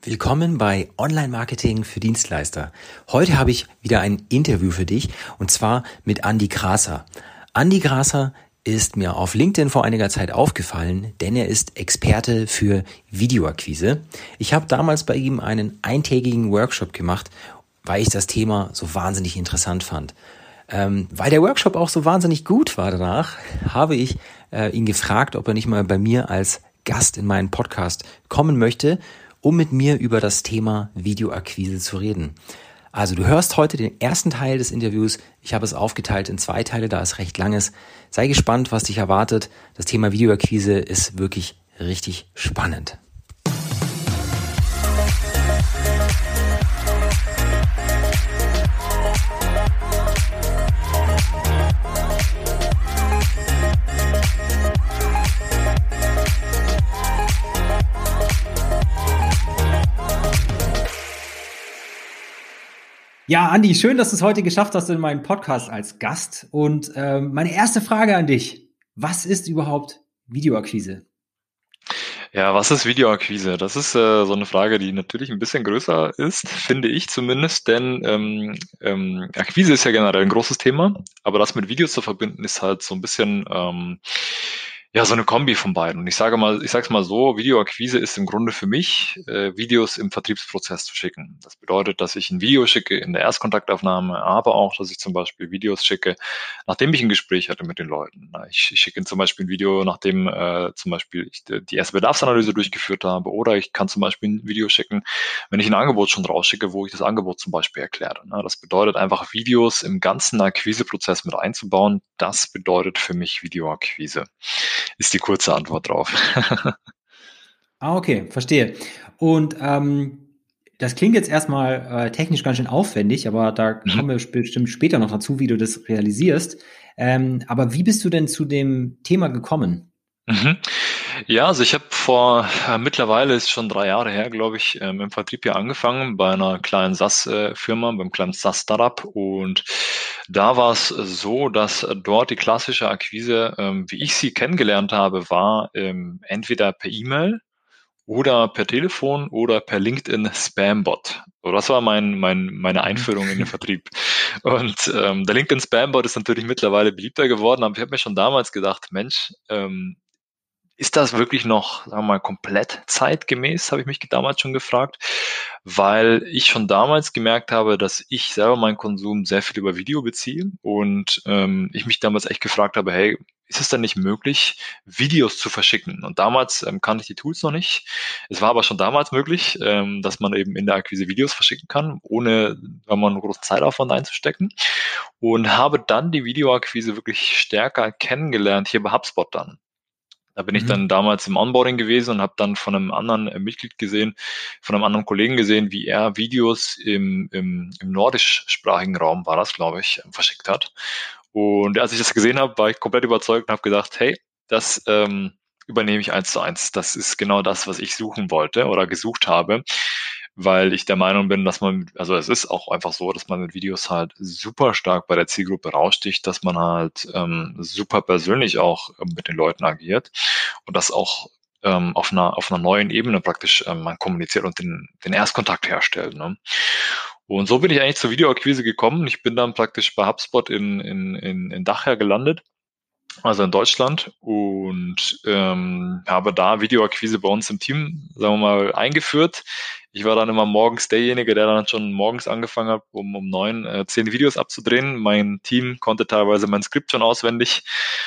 Willkommen bei Online-Marketing für Dienstleister. Heute habe ich wieder ein Interview für dich und zwar mit Andi Grasser. Andi Grasser ist mir auf LinkedIn vor einiger Zeit aufgefallen, denn er ist Experte für Videoakquise. Ich habe damals bei ihm einen eintägigen Workshop gemacht, weil ich das Thema so wahnsinnig interessant fand. Weil der Workshop auch so wahnsinnig gut war danach, habe ich ihn gefragt, ob er nicht mal bei mir als Gast in meinen Podcast kommen möchte, um mit mir über das Thema Videoakquise zu reden. Also du hörst heute den ersten Teil des Interviews. Ich habe es aufgeteilt in 2 Teile, da es recht lang ist. Sei gespannt, was dich erwartet. Das Thema Videoakquise ist wirklich richtig spannend. Ja, Andi, schön, dass du es heute geschafft hast in meinem Podcast als Gast. Und meine erste Frage an dich: Was ist überhaupt Videoakquise? Ja, was ist Videoakquise? Das ist so eine Frage, die natürlich ein bisschen größer ist, finde ich zumindest, denn Akquise ist ja generell ein großes Thema, aber das mit Videos zu verbinden, ist halt so ein bisschen ja, so eine Kombi von beiden. Und ich sag's mal so, Videoakquise ist im Grunde für mich, Videos im Vertriebsprozess zu schicken. Das bedeutet, dass ich ein Video schicke in der Erstkontaktaufnahme, aber auch, dass ich zum Beispiel Videos schicke, nachdem ich ein Gespräch hatte mit den Leuten. Ich schicke ihnen zum Beispiel ein Video, nachdem zum Beispiel ich die erste Bedarfsanalyse durchgeführt habe, oder ich kann zum Beispiel ein Video schicken, wenn ich ein Angebot schon rausschicke, wo ich das Angebot zum Beispiel erkläre. Das bedeutet einfach, Videos im ganzen Akquiseprozess mit einzubauen. Das bedeutet für mich Videoakquise. Ist die kurze Antwort drauf. Okay, verstehe. Und das klingt jetzt erstmal technisch ganz schön aufwendig, aber da kommen wir bestimmt später noch dazu, wie du das realisierst. Aber wie bist du denn zu dem Thema gekommen? Ja, also ich habe mittlerweile ist schon 3 Jahre her, glaube ich, im Vertrieb hier angefangen bei einer kleinen SaaS-Firma, beim kleinen SaaS-Startup, und da war es so, dass dort die klassische Akquise, wie ich sie kennengelernt habe, war entweder per E-Mail oder per Telefon oder per LinkedIn Spambot. So, das war meine Einführung in den Vertrieb. Und der LinkedIn Spambot ist natürlich mittlerweile beliebter geworden, aber ich habe mir schon damals gedacht, Mensch, ist das wirklich noch, sagen wir mal, komplett zeitgemäß, habe ich mich damals schon gefragt, weil ich schon damals gemerkt habe, dass ich selber meinen Konsum sehr viel über Video beziehe und ich mich damals echt gefragt habe, hey, ist es denn nicht möglich, Videos zu verschicken? Und damals kannte ich die Tools noch nicht. Es war aber schon damals möglich, dass man eben in der Akquise Videos verschicken kann, ohne einen großen Zeitaufwand einzustecken, und habe dann die Videoakquise wirklich stärker kennengelernt, hier bei HubSpot dann. Da bin ich dann damals im Onboarding gewesen und habe dann von einem anderen Mitglied gesehen, von einem anderen Kollegen gesehen, wie er Videos im nordischsprachigen Raum, war das, glaube ich, verschickt hat. Und als ich das gesehen habe, war ich komplett überzeugt und habe gesagt, hey, das übernehme ich 1:1. Das ist genau das, was ich suchen wollte oder gesucht habe, weil ich der Meinung bin, dass also es ist auch einfach so, dass man mit Videos halt super stark bei der Zielgruppe raussticht, dass man halt super persönlich auch mit den Leuten agiert und das auch auf einer neuen Ebene praktisch man kommuniziert und den Erstkontakt herstellt. Ne? Und so bin ich eigentlich zur Videoakquise gekommen. Ich bin dann praktisch bei HubSpot in Dachau gelandet, also in Deutschland, und habe da Videoakquise bei uns im Team, sagen wir mal, eingeführt. Ich war dann immer morgens derjenige, der dann schon morgens angefangen hat, um 9 10 Videos abzudrehen. Mein Team konnte teilweise mein Skript schon auswendig.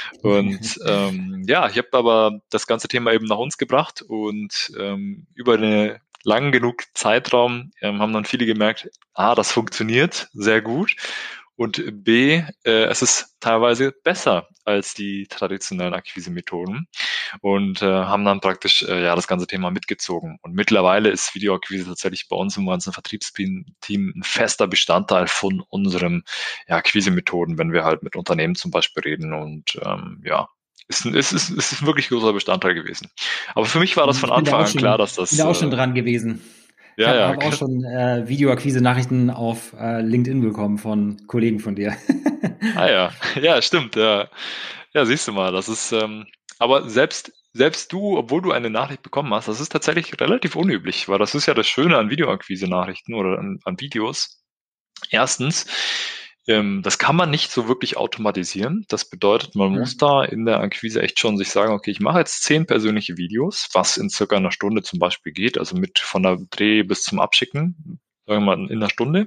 Und ja, ich habe aber das ganze Thema eben nach uns gebracht, und über eine lang genug Zeitraum haben dann viele gemerkt, das funktioniert sehr gut. Und B, es ist teilweise besser als die traditionellen Akquise-Methoden, und haben dann praktisch ja das ganze Thema mitgezogen. Und mittlerweile ist Videoakquise tatsächlich bei uns im ganzen Vertriebsteam ein fester Bestandteil von unseren Akquise-Methoden, wenn wir halt mit Unternehmen zum Beispiel reden. Und ja, es ist ein wirklich großer Bestandteil gewesen. Aber für mich war das von Ich bin da Anfang auch an klar, schon, dass das bin da auch schon dran gewesen. Ich ja, habe ja, hab auch schon Videoakquise-Nachrichten auf LinkedIn bekommen von Kollegen von dir. ja, ja, stimmt, ja. Ja, siehst du mal, das ist, aber selbst selbst du, obwohl du eine Nachricht bekommen hast, das ist tatsächlich relativ unüblich, weil das ist ja das Schöne an Videoakquise-Nachrichten oder an Videos. Erstens, das kann man nicht so wirklich automatisieren. Das bedeutet, man muss Mhm. da in der Akquise echt schon sich sagen, okay, ich mache jetzt 10 persönliche Videos, was in circa einer Stunde zum Beispiel geht, also mit von der Dreh bis zum Abschicken, sagen wir mal in einer Stunde.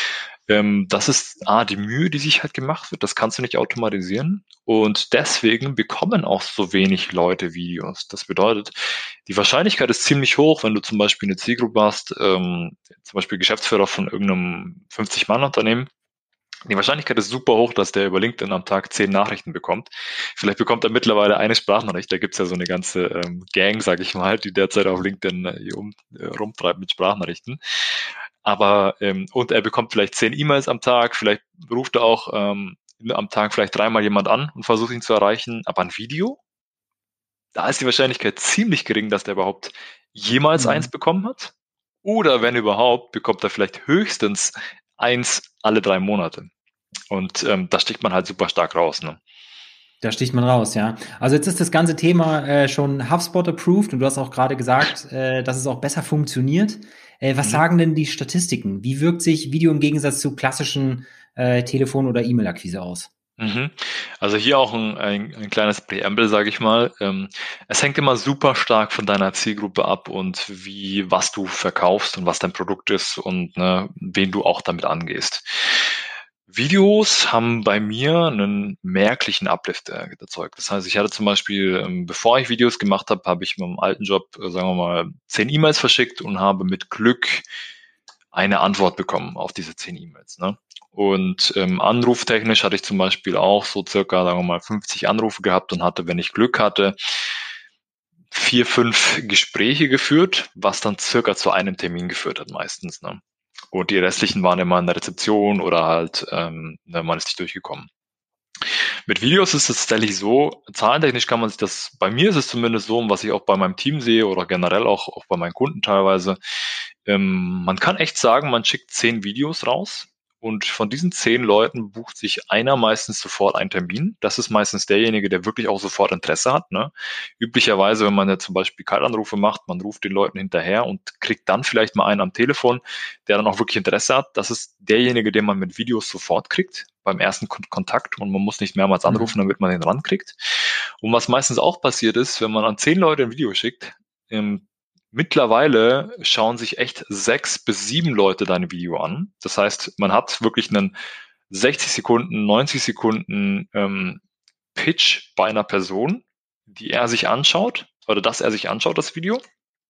Das ist die Mühe, die sich halt gemacht wird. Das kannst du nicht automatisieren. Und deswegen bekommen auch so wenig Leute Videos. Das bedeutet, die Wahrscheinlichkeit ist ziemlich hoch, wenn du zum Beispiel eine Zielgruppe hast, zum Beispiel Geschäftsführer von irgendeinem 50-Mann-Unternehmen. Die Wahrscheinlichkeit ist super hoch, dass der über LinkedIn am Tag 10 Nachrichten bekommt. Vielleicht bekommt er mittlerweile eine Sprachnachricht. Da gibt's ja so eine ganze Gang, sage ich mal, die derzeit auf LinkedIn rumtreibt mit Sprachnachrichten. Aber und er bekommt vielleicht 10 E-Mails am Tag, vielleicht ruft er auch am Tag vielleicht dreimal jemand an und versucht ihn zu erreichen. Aber ein Video, da ist die Wahrscheinlichkeit ziemlich gering, dass der überhaupt jemals eins Mhm. bekommen hat. Oder wenn überhaupt, bekommt er vielleicht höchstens eins alle 3 Monate. Und da sticht man halt super stark raus. Ne? Da sticht man raus, ja. Also jetzt ist das ganze Thema schon HubSpot approved und du hast auch gerade gesagt, dass es auch besser funktioniert. Was Mhm. sagen denn die Statistiken? Wie wirkt sich Video im Gegensatz zu klassischen Telefon- oder E-Mail-Akquise aus? Mhm. Also hier auch ein kleines Präambel, sage ich mal. Es hängt immer super stark von deiner Zielgruppe ab und was du verkaufst und was dein Produkt ist und ne, wen du auch damit angehst. Videos haben bei mir einen merklichen Uplift erzeugt. Das heißt, ich hatte zum Beispiel, bevor ich Videos gemacht habe, habe ich in meinem alten Job, sagen wir mal, 10 E-Mails verschickt und habe mit Glück eine Antwort bekommen auf diese 10 E-Mails. Ne? Und anruftechnisch hatte ich zum Beispiel auch so circa, sagen wir mal, 50 Anrufe gehabt und hatte, wenn ich Glück hatte, 4, 5 Gespräche geführt, was dann circa zu einem Termin geführt hat meistens. Ne? Und die restlichen waren immer in der Rezeption oder halt, man ist nicht durchgekommen. Mit Videos ist es tatsächlich so, zahlentechnisch kann man sich das, bei mir ist es zumindest so, und was ich auch bei meinem Team sehe oder generell auch bei meinen Kunden teilweise, man kann echt sagen, man schickt 10 Videos raus und von diesen 10 Leuten bucht sich einer meistens sofort einen Termin. Das ist meistens derjenige, der wirklich auch sofort Interesse hat. Ne? Üblicherweise, wenn man ja zum Beispiel Kaltanrufe macht, man ruft den Leuten hinterher und kriegt dann vielleicht mal einen am Telefon, der dann auch wirklich Interesse hat. Das ist derjenige, den man mit Videos sofort kriegt beim ersten Kontakt und man muss nicht mehrmals anrufen, Mhm. damit man den rankriegt. Und was meistens auch passiert ist, wenn man an 10 Leute ein Video schickt, mittlerweile schauen sich echt 6 bis 7 Leute dein Video an. Das heißt, man hat wirklich einen 60 Sekunden, 90 Sekunden Pitch bei einer Person, die er sich anschaut oder dass er sich anschaut, das Video.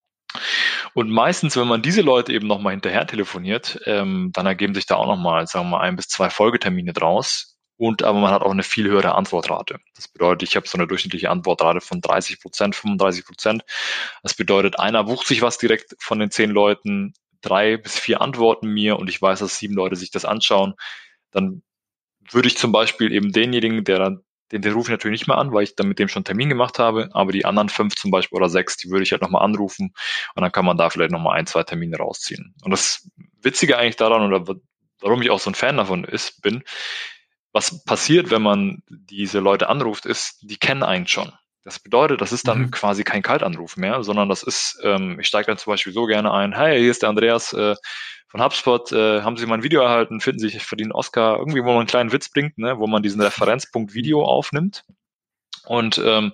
Und meistens, wenn man diese Leute eben nochmal hinterher telefoniert, dann ergeben sich da auch nochmal, sagen wir mal, 1 bis 2 Folgetermine draus. Und aber man hat auch eine viel höhere Antwortrate. Das bedeutet, ich habe so eine durchschnittliche Antwortrate von 30%, 35%. Das bedeutet, einer bucht sich was direkt von den 10 Leuten, 3 bis 4 antworten mir und ich weiß, dass 7 Leute sich das anschauen. Dann würde ich zum Beispiel eben denjenigen, den rufe ich natürlich nicht mehr an, weil ich dann mit dem schon einen Termin gemacht habe, aber die anderen 5 zum Beispiel oder 6, die würde ich halt nochmal anrufen und dann kann man da vielleicht nochmal 1, 2 Termine rausziehen. Und das Witzige eigentlich daran oder warum ich auch so ein Fan davon bin, was passiert, wenn man diese Leute anruft, ist, die kennen einen schon. Das bedeutet, das ist dann Mhm. quasi kein Kaltanruf mehr, sondern das ist, ich steige dann zum Beispiel so gerne ein, hey, hier ist der Andreas von HubSpot, haben Sie mein Video erhalten, finden Sie, ich verdiene einen Oscar, irgendwie, wo man einen kleinen Witz bringt, ne, wo man diesen Referenzpunkt Video aufnimmt und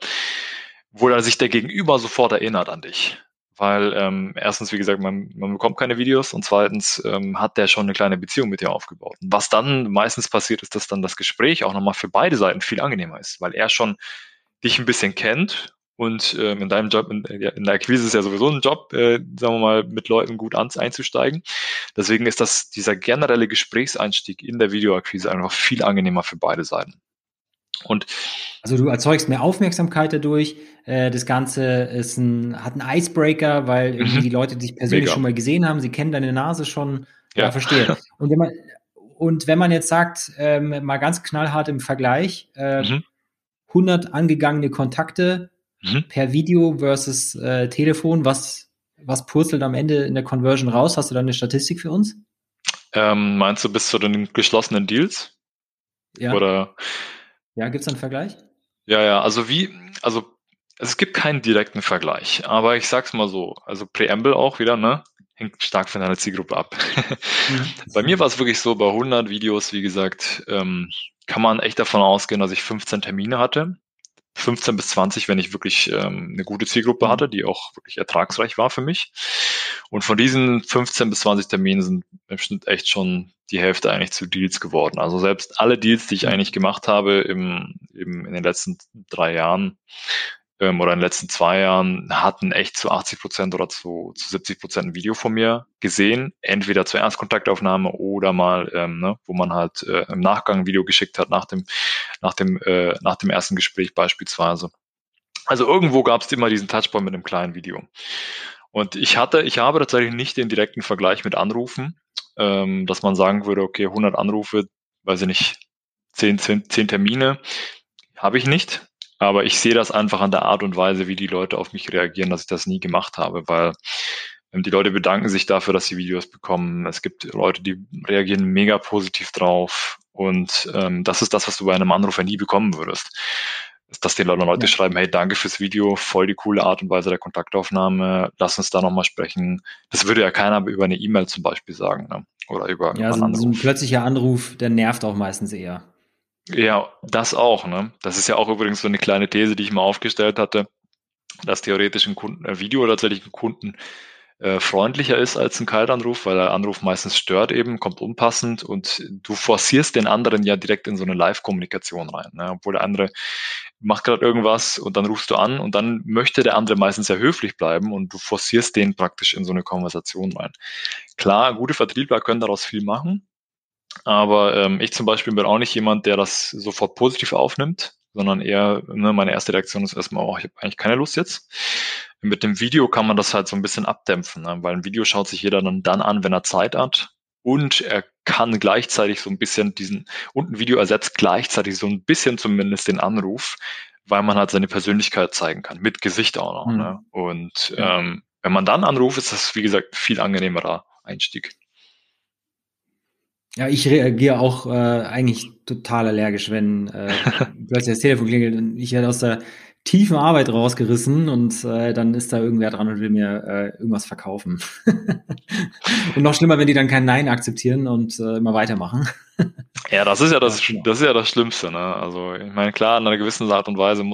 wo dann sich der Gegenüber sofort erinnert an dich. Weil erstens, wie gesagt, man bekommt keine Videos und zweitens hat der schon eine kleine Beziehung mit dir aufgebaut. Und was dann meistens passiert, ist, dass dann das Gespräch auch nochmal für beide Seiten viel angenehmer ist, weil er schon dich ein bisschen kennt und in deinem Job, in der Akquise ist ja sowieso ein Job, sagen wir mal, mit Leuten gut einzusteigen. Deswegen ist dieser generelle Gesprächseinstieg in der Videoakquise einfach viel angenehmer für beide Seiten. Und Also du erzeugst mehr Aufmerksamkeit dadurch. Das Ganze hat einen Icebreaker, weil irgendwie mhm, die Leute dich persönlich mega. schon mal gesehen haben, sie kennen deine Nase schon. Ja, Ja. verstehe. Und wenn man jetzt sagt, mal ganz knallhart im Vergleich, Mhm, 100 angegangene Kontakte mhm. per Video versus Telefon, was purzelt am Ende in der Conversion raus? Hast du da eine Statistik für uns? Meinst du bis zu den geschlossenen Deals? Ja, Oder ja, gibt's da einen Vergleich? ja, also Es gibt keinen direkten Vergleich, aber ich sag's mal so, also Präambel auch wieder, ne? Hängt stark von deiner Zielgruppe ab. Mhm. Bei mir war es wirklich so, bei 100 Videos, wie gesagt, kann man echt davon ausgehen, dass ich 15 Termine hatte. 15 bis 20, wenn ich wirklich eine gute Zielgruppe hatte, Mhm. die auch wirklich ertragsreich war für mich. Und von diesen 15 bis 20 Terminen sind im Schnitt echt schon die Hälfte eigentlich zu Deals geworden. Also selbst alle Deals, die ich eigentlich Mhm. gemacht habe in den letzten 3 Jahren oder in den letzten 2 Jahren, hatten echt zu 80% oder zu 70% ein Video von mir gesehen. Entweder zur Erstkontaktaufnahme oder mal, ne, wo man halt im Nachgang ein Video geschickt hat nach dem ersten Gespräch beispielsweise. Also irgendwo gab es immer diesen Touchpoint mit einem kleinen Video. Und ich habe tatsächlich nicht den direkten Vergleich mit Anrufen, dass man sagen würde, okay, 100 Anrufe, weiß ich nicht, 10 Termine, habe ich nicht. Aber ich sehe das einfach an der Art und Weise, wie die Leute auf mich reagieren, dass ich das nie gemacht habe, weil die Leute bedanken sich dafür, dass sie Videos bekommen. Es gibt Leute, die reagieren mega positiv drauf. Und das ist das, was du bei einem Anrufer nie bekommen würdest. Ist, dass die Leute Ja. schreiben, hey, danke fürs Video, voll die coole Art und Weise der Kontaktaufnahme, lass uns da nochmal sprechen. Das würde ja keiner über eine E-Mail zum Beispiel sagen, ne? Oder über Ja, einen so ein Anruf. plötzlicher Anruf, der nervt auch meistens eher. Ja, das auch, ne? Das ist ja auch übrigens so eine kleine These, die ich mal aufgestellt hatte, dass theoretisch ein Video tatsächlich ein Kunden freundlicher ist als ein Kaltanruf, weil der Anruf meistens stört eben, kommt unpassend und du forcierst den anderen ja direkt in so eine Live-Kommunikation rein, ne? Obwohl der andere macht gerade irgendwas und dann rufst du an und dann möchte der andere meistens sehr höflich bleiben und du forcierst den praktisch in so eine Konversation rein. Klar, gute Vertriebler können daraus viel machen, aber ich zum Beispiel bin auch nicht jemand, der das sofort positiv aufnimmt, sondern eher, ne, meine erste Reaktion ist erstmal, oh, ich habe eigentlich keine Lust jetzt. Mit dem Video kann man das halt so ein bisschen abdämpfen, ne? Weil ein Video schaut sich jeder dann an, wenn er Zeit hat. Und er kann gleichzeitig so ein bisschen und ein Video ersetzt gleichzeitig so ein bisschen zumindest den Anruf, weil man halt seine Persönlichkeit zeigen kann, mit Gesicht auch noch. Ne? Mhm. Und Ja. wenn man dann anruft, ist das, wie gesagt, ein viel angenehmerer Einstieg. Ja, ich reagiere auch eigentlich total allergisch, wenn plötzlich das Telefon klingelt und ich werde aus der tiefen Arbeit rausgerissen und dann ist da irgendwer dran und will mir irgendwas verkaufen. Und noch schlimmer, wenn die dann kein Nein akzeptieren und immer weitermachen. Ja, Ja, genau. das ist ja das Schlimmste, ne? Also ich meine, klar, in einer gewissen Art und Weise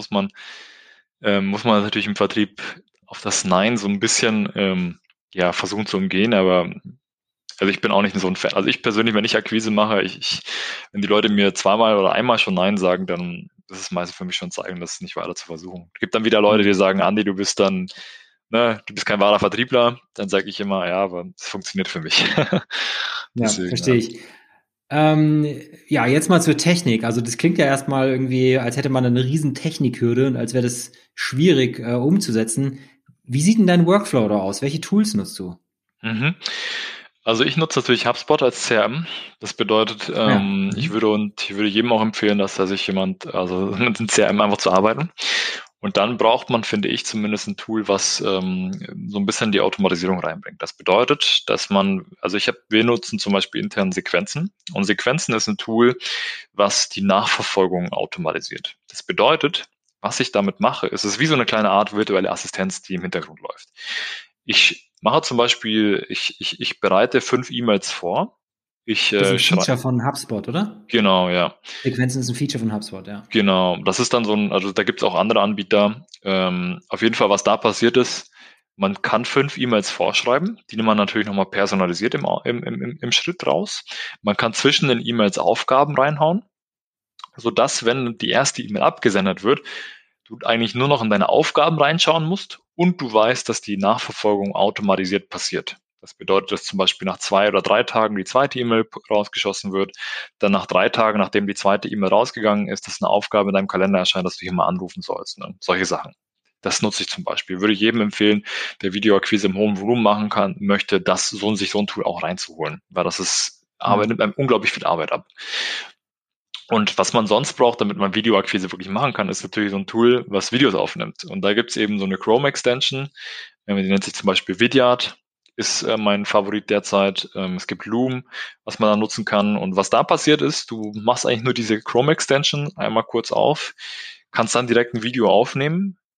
muss man natürlich im Vertrieb auf das Nein so ein bisschen ja versuchen zu umgehen, aber also ich bin auch nicht so ein Fan. Also ich persönlich, wenn ich Akquise mache, wenn die Leute mir zweimal oder einmal schon Nein sagen, dann das ist meistens für mich schon ein Zeichen, das nicht weiter zu versuchen. Es gibt dann wieder Leute, die Hm. sagen, Andi, du bist kein wahrer Vertriebler. Dann sage ich immer, ja, aber es funktioniert für mich. Ja, Deswegen, verstehe ja. ich. Ähm, ja, jetzt mal zur Technik. Also das klingt ja erstmal irgendwie, als hätte man eine riesen Technikhürde und als wäre das schwierig umzusetzen. Wie sieht denn dein Workflow da aus? Welche Tools nutzt du? Mhm. Also ich nutze natürlich HubSpot als CRM. Das bedeutet, Ja. ich Mhm. würde jedem auch empfehlen, dass da sich also mit dem CRM einfach zu arbeiten. Und dann braucht man, finde ich, zumindest ein Tool, was so ein bisschen die Automatisierung reinbringt. Das bedeutet, wir nutzen zum Beispiel intern Sequenzen. Und Sequenzen ist ein Tool, was die Nachverfolgung automatisiert. Das bedeutet, was ich damit mache, ist es ist wie so eine kleine Art virtuelle Assistenz, die im Hintergrund läuft. Ich mache zum Beispiel, ich bereite 5 E-Mails vor. Ich Das ist ein schreibe, Feature von HubSpot, oder? genau, ja. Sequenzen ist ein Feature von HubSpot, ja. Genau, das ist dann also da gibt es auch andere Anbieter. Auf jeden Fall, was da passiert ist, man kann 5 E-Mails vorschreiben, die nimmt man natürlich nochmal personalisiert im Schritt raus. Man kann zwischen den E-Mails Aufgaben reinhauen, sodass, wenn die erste E-Mail abgesendet wird, du eigentlich nur noch in deine Aufgaben reinschauen musst und du weißt, dass die Nachverfolgung automatisiert passiert. Das bedeutet, dass zum Beispiel nach 2 oder 3 Tagen die zweite E-Mail rausgeschossen wird, dann nach 3 Tagen, nachdem die zweite E-Mail rausgegangen ist, dass eine Aufgabe in deinem Kalender erscheint, dass du hier mal anrufen sollst. Ne? Solche Sachen. Das nutze ich zum Beispiel. Würde ich jedem empfehlen, der Videoakquise im hohen Volumen machen kann, möchte, sich so ein Tool auch reinzuholen, weil Ja. nimmt einem unglaublich viel Arbeit ab. Und was man sonst braucht, damit man Videoakquise wirklich machen kann, ist natürlich so ein Tool, was Videos aufnimmt. Und da gibt's eben so eine Chrome-Extension, die nennt sich zum Beispiel Vidyard, ist mein Favorit derzeit. Es gibt Loom, was man da nutzen kann. Und was da passiert ist, du machst eigentlich nur diese Chrome-Extension einmal kurz auf, kannst dann direkt ein Video aufnehmen.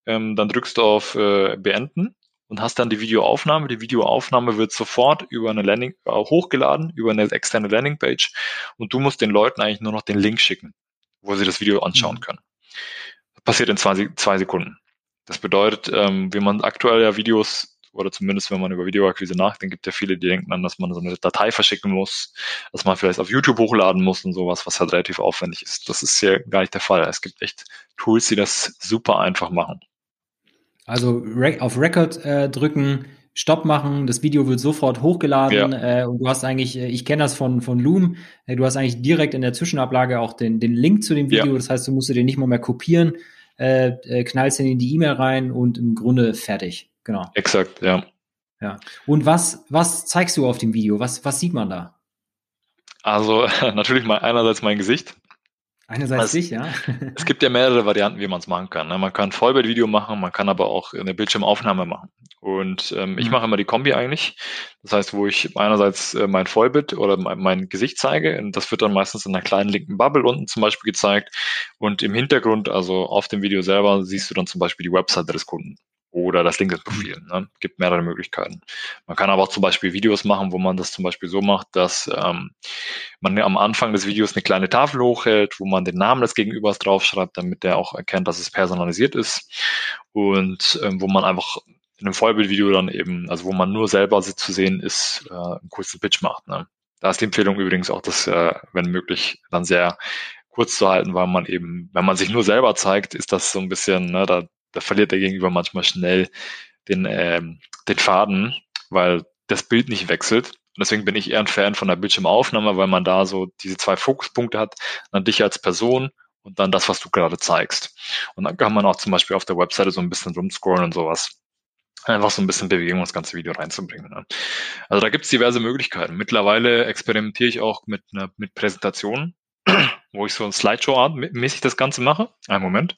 dann drückst du auf Beenden und hast dann die Videoaufnahme. Die Videoaufnahme wird sofort über eine Landing hochgeladen, über eine externe Landingpage und du musst den Leuten eigentlich nur noch den Link schicken, wo sie das Video anschauen Mhm. können. Das passiert in 2 Sekunden. Das bedeutet, wie man aktuell ja Videos oder zumindest wenn man über Videoakquise nachdenkt, gibt ja viele, die denken dann, dass man so eine Datei verschicken muss, dass man vielleicht auf YouTube hochladen muss und sowas, was halt relativ aufwendig ist. Das ist hier gar nicht der Fall. Es gibt echt Tools, die das super einfach machen. Also auf Record drücken, Stopp machen, das Video wird sofort Ja, hochgeladen und du hast eigentlich, ich kenne das von Loom, du hast eigentlich direkt in der Zwischenablage auch den Link zu dem ja, Video, das heißt, du musst den nicht mal mehr kopieren, knallst den in die E-Mail rein und im Grunde fertig. Genau. exakt, ja. Ja. Und was zeigst du auf dem Video? Was sieht man da? Also natürlich mal einerseits mein Gesicht. Einerseits Also, dich, ja. es gibt ja mehrere Varianten, wie man es machen kann, ne? Man kann Vollbildvideo machen, man kann aber auch eine Bildschirmaufnahme machen. Und ich Mhm. mache immer die Kombi eigentlich. Das heißt, wo ich einerseits mein Vollbild oder mein Gesicht zeige, und das wird dann meistens in einer kleinen linken Bubble unten zum Beispiel gezeigt. Und im Hintergrund, also auf dem Video selber, siehst du dann zum Beispiel die Webseite des Kunden oder das LinkedIn-Profil. Ne? Gibt mehrere Möglichkeiten. Man kann aber auch zum Beispiel Videos machen, wo man das zum Beispiel so macht, dass man am Anfang des Videos eine kleine Tafel hochhält, wo man den Namen des Gegenübers draufschreibt, damit der auch erkennt, dass es personalisiert ist und wo man einfach in einem Vollbildvideo dann eben, also wo man nur selber zu sehen ist, einen kurzen Pitch macht. Ne? Da ist die Empfehlung übrigens auch, das, wenn möglich, dann sehr kurz zu halten, weil man eben, wenn man sich nur selber zeigt, ist das so ein bisschen, ne, da verliert der Gegenüber manchmal schnell den Faden, weil das Bild nicht wechselt. Und deswegen bin ich eher ein Fan von der Bildschirmaufnahme, weil man da so diese 2 Fokuspunkte hat, dann dich als Person und dann das, was du gerade zeigst. Und dann kann man auch zum Beispiel auf der Webseite so ein bisschen rumscrollen und sowas. Einfach so ein bisschen Bewegung ins ganze Video reinzubringen. Ne? Also da gibt's diverse Möglichkeiten. Mittlerweile experimentiere ich auch mit Präsentationen, wo ich so ein Slideshow-Art mäßig das Ganze mache. Einen Moment.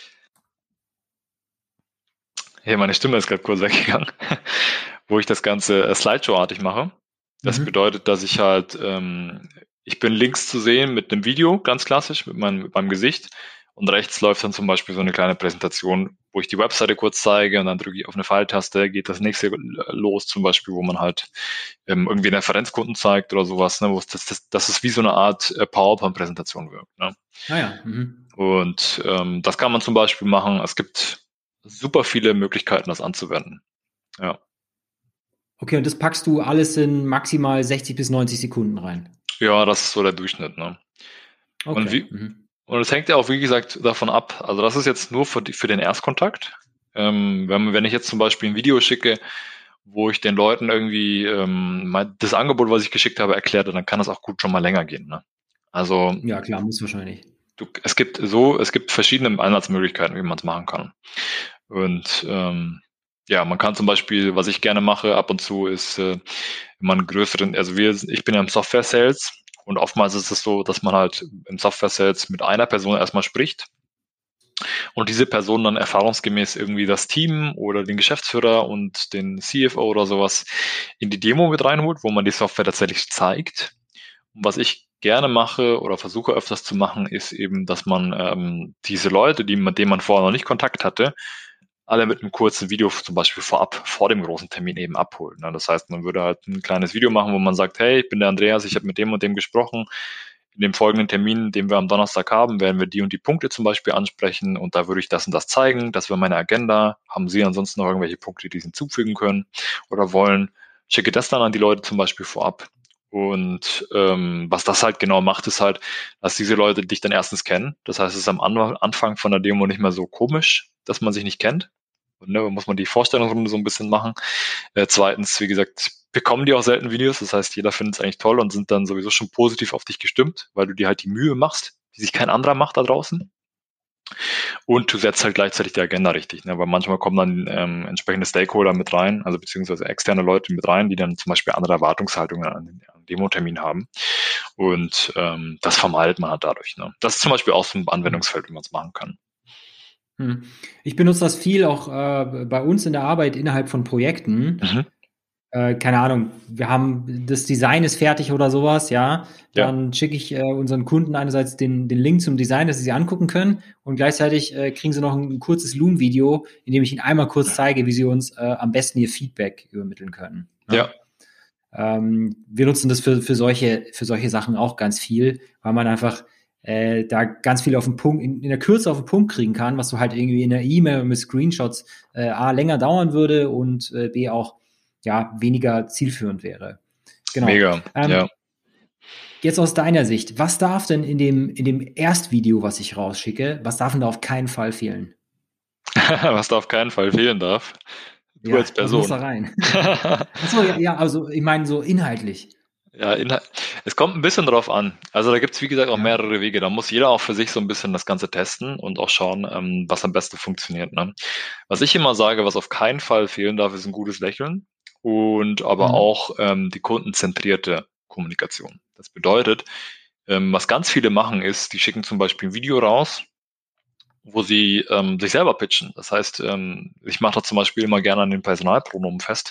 Hier, meine Stimme ist gerade kurz weggegangen. Wo ich das Ganze Slideshow-artig mache. Das Mhm. bedeutet, dass ich halt, ich bin links zu sehen mit einem Video, ganz klassisch, mit meinem Gesicht. Und rechts läuft dann zum Beispiel so eine kleine Präsentation, wo ich die Webseite kurz zeige und dann drücke ich auf eine Pfeiltaste, geht das nächste los, zum Beispiel, wo man halt irgendwie einen Referenzkunden zeigt oder sowas, ne, wo das ist wie so eine Art PowerPoint-Präsentation wirkt. Ne? Ah ja. Mhm. Und das kann man zum Beispiel machen. Es gibt super viele Möglichkeiten, das anzuwenden. Ja. Okay, und das packst du alles in maximal 60 bis 90 Sekunden rein. Ja, das ist so der Durchschnitt, ne? Und Okay. wie, Mhm. und es hängt ja auch, wie gesagt, davon ab. Also das ist jetzt nur für den Erstkontakt. Wenn ich jetzt zum Beispiel ein Video schicke, wo ich den Leuten irgendwie das Angebot, was ich geschickt habe, erkläre, dann kann das auch gut schon mal länger gehen, ne? Also Ja, klar, muss wahrscheinlich. es gibt verschiedene Ansatzmöglichkeiten, wie man es machen kann. Und ja, man kann zum Beispiel, was ich gerne mache ab und zu, ist, wenn man größeren, ich bin ja im Software-Sales und oftmals ist es so, dass man halt im Software-Sales mit einer Person erstmal spricht und diese Person dann erfahrungsgemäß irgendwie das Team oder den Geschäftsführer und den CFO oder sowas in die Demo mit reinholt, wo man die Software tatsächlich zeigt. Und was ich gerne mache oder versuche öfters zu machen, ist eben, dass man diese Leute, mit denen man vorher noch nicht Kontakt hatte, alle mit einem kurzen Video zum Beispiel vorab, vor dem großen Termin eben abholen. Ne? Das heißt, man würde halt ein kleines Video machen, wo man sagt, hey, ich bin der Andreas, ich habe mit dem und dem gesprochen. In dem folgenden Termin, den wir am Donnerstag haben, werden wir die und die Punkte zum Beispiel ansprechen und da würde ich das und das zeigen. Das wäre meine Agenda. Haben Sie ansonsten noch irgendwelche Punkte, die Sie hinzufügen können oder wollen? Schicke das dann an die Leute zum Beispiel vorab. Und was das halt genau macht, ist halt, dass diese Leute dich dann erstens kennen. Das heißt, es ist am Anfang von der Demo nicht mehr so komisch, dass man sich nicht kennt. Und, ne, muss man die Vorstellungsrunde so ein bisschen machen. Zweitens, wie gesagt, bekommen die auch selten Videos. Das heißt, jeder findet es eigentlich toll und sind dann sowieso schon positiv auf dich gestimmt, weil du dir halt die Mühe machst, die sich kein anderer macht da draußen. Und du setzt halt gleichzeitig die Agenda richtig, ne? Weil manchmal kommen dann entsprechende Stakeholder mit rein, also beziehungsweise externe Leute mit rein, die dann zum Beispiel andere Erwartungshaltungen an Demo-Termin haben. Und das vermeidet man halt dadurch. Ne? Das ist zum Beispiel auch so ein Mhm. Anwendungsfeld, wie man es machen kann. Ich benutze das viel auch bei uns in der Arbeit innerhalb von Projekten. Mhm. keine Ahnung, wir haben, das Design ist fertig oder sowas, ja, dann schicke ich unseren Kunden einerseits den Link zum Design, dass sie angucken können und gleichzeitig kriegen sie noch ein kurzes Loom-Video, in dem ich ihnen einmal kurz zeige, wie sie uns am besten ihr Feedback übermitteln können. Ja. Wir nutzen das für solche Sachen auch ganz viel, weil man einfach da ganz viel auf den Punkt, in der Kürze auf den Punkt kriegen kann, was du halt irgendwie in der E-Mail mit Screenshots A, länger dauern würde und B, auch weniger zielführend wäre. Genau. Mega, ja. Jetzt aus deiner Sicht, was darf denn in dem Erstvideo, was ich rausschicke, was darf denn da auf keinen Fall fehlen? Was da auf keinen Fall fehlen darf? Du als Person. Was muss da rein? Achso, also ich meine so inhaltlich. Ja, es kommt ein bisschen drauf an. Also da gibt's wie gesagt, auch mehrere Wege. Da muss jeder auch für sich so ein bisschen das Ganze testen und auch schauen, was am besten funktioniert. Ne? Was ich immer sage, was auf keinen Fall fehlen darf, ist ein gutes Lächeln und aber auch die kundenzentrierte Kommunikation. Das bedeutet, was ganz viele machen, ist, die schicken zum Beispiel ein Video raus, wo sie sich selber pitchen. Das heißt, ich mache da zum Beispiel immer gerne an den Personalpronomen fest.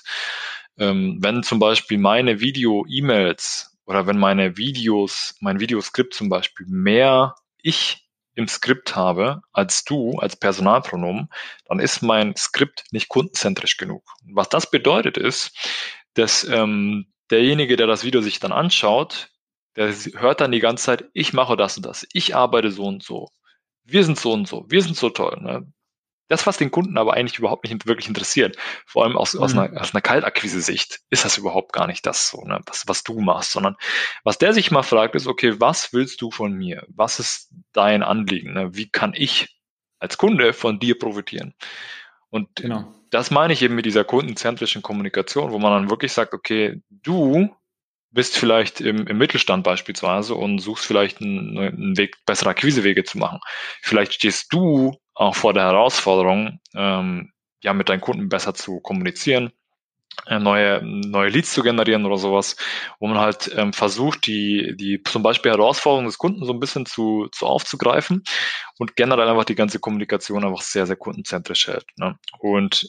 Wenn zum Beispiel meine Video-E-Mails oder wenn mein Videoskript zum Beispiel mehr ich im Skript habe als du als Personalpronomen, dann ist mein Skript nicht kundenzentrisch genug. Was das bedeutet ist, dass derjenige, der das Video sich dann anschaut, der hört dann die ganze Zeit, ich mache das und das, ich arbeite so und so, wir sind so und so, wir sind so toll. Ne? Das, was den Kunden aber eigentlich überhaupt nicht wirklich interessiert, vor allem aus einer Kaltakquise-Sicht, ist das überhaupt gar nicht das so, ne, was du machst, sondern was der sich mal fragt, ist, okay, was willst du von mir? Was ist dein Anliegen? Ne? Wie kann ich als Kunde von dir profitieren? Und das meine ich eben mit dieser kundenzentrischen Kommunikation, wo man dann wirklich sagt, okay, du bist vielleicht im Mittelstand beispielsweise und suchst vielleicht einen Weg, bessere Akquisewege zu machen. Vielleicht stehst du auch vor der Herausforderung, mit deinen Kunden besser zu kommunizieren, neue Leads zu generieren oder sowas, wo man halt versucht, die zum Beispiel Herausforderungen des Kunden so ein bisschen zu aufzugreifen und generell einfach die ganze Kommunikation einfach sehr, sehr kundenzentrisch hält. Ne? Und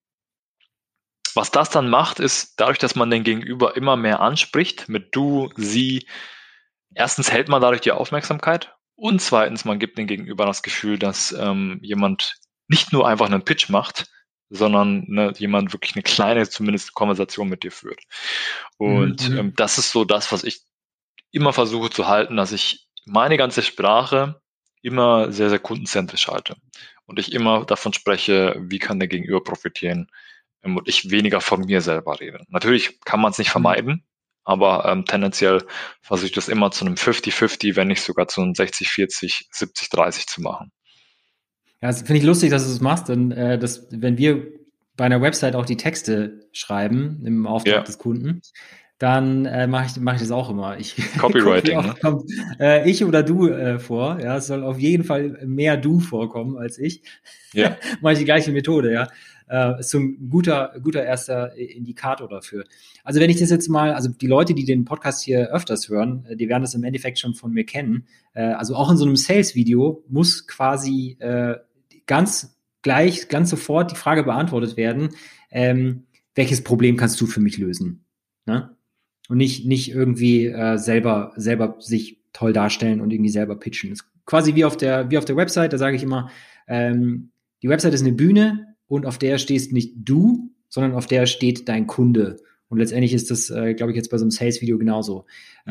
was das dann macht, ist, dadurch, dass man den Gegenüber immer mehr anspricht, mit du, sie, erstens hält man dadurch die Aufmerksamkeit und zweitens, man gibt dem Gegenüber das Gefühl, dass jemand nicht nur einfach einen Pitch macht, sondern jemand wirklich eine kleine, zumindest Konversation mit dir führt. Und das ist so das, was ich immer versuche zu halten, dass ich meine ganze Sprache immer sehr, sehr kundenzentrisch halte und ich immer davon spreche, wie kann der Gegenüber profitieren, und ich weniger von mir selber rede. Natürlich kann man es nicht vermeiden, aber tendenziell versuche ich das immer zu einem 50-50, wenn nicht sogar zu einem 60-40, 70-30 zu machen. Ja, das finde ich lustig, dass du das machst, denn wenn wir bei einer Website auch die Texte schreiben im Auftrag des Kunden, dann mache ich das auch immer. Copywriting, ne? Kommt ich oder du vor. Ja, es soll auf jeden Fall mehr du vorkommen als ich. Ja. Mache ich die gleiche Methode, ja. Ist so ein guter erster Indikator dafür. Also wenn ich das jetzt mal, also die Leute, die den Podcast hier öfters hören, die werden das im Endeffekt schon von mir kennen. Also auch in so einem Sales-Video muss quasi ganz sofort die Frage beantwortet werden, welches Problem kannst du für mich lösen? Ne? Und nicht irgendwie selber sich toll darstellen und irgendwie selber pitchen. Das ist quasi wie auf der Website, da sage ich immer, die Website ist eine Bühne, und auf der stehst nicht du, sondern auf der steht dein Kunde. Und letztendlich ist das, glaube ich, jetzt bei so einem Sales-Video genauso.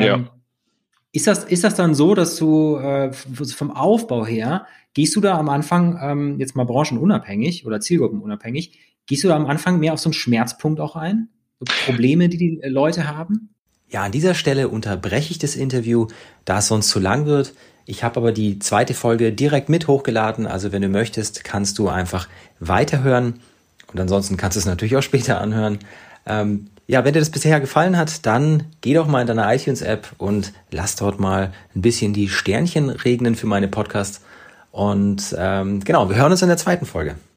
Ist das dann so, dass du vom Aufbau her, gehst du da am Anfang, jetzt mal branchenunabhängig oder zielgruppenunabhängig, gehst du da am Anfang mehr auf so einen Schmerzpunkt auch ein? So Probleme, die Leute haben? Ja, an dieser Stelle unterbreche ich das Interview, da es sonst zu lang wird. Ich habe aber die zweite Folge direkt mit hochgeladen, also wenn du möchtest, kannst du einfach weiterhören und ansonsten kannst du es natürlich auch später anhören. Wenn dir das bisher gefallen hat, dann geh doch mal in deine iTunes-App und lass dort mal ein bisschen die Sternchen regnen für meine Podcasts und wir hören uns in der zweiten Folge.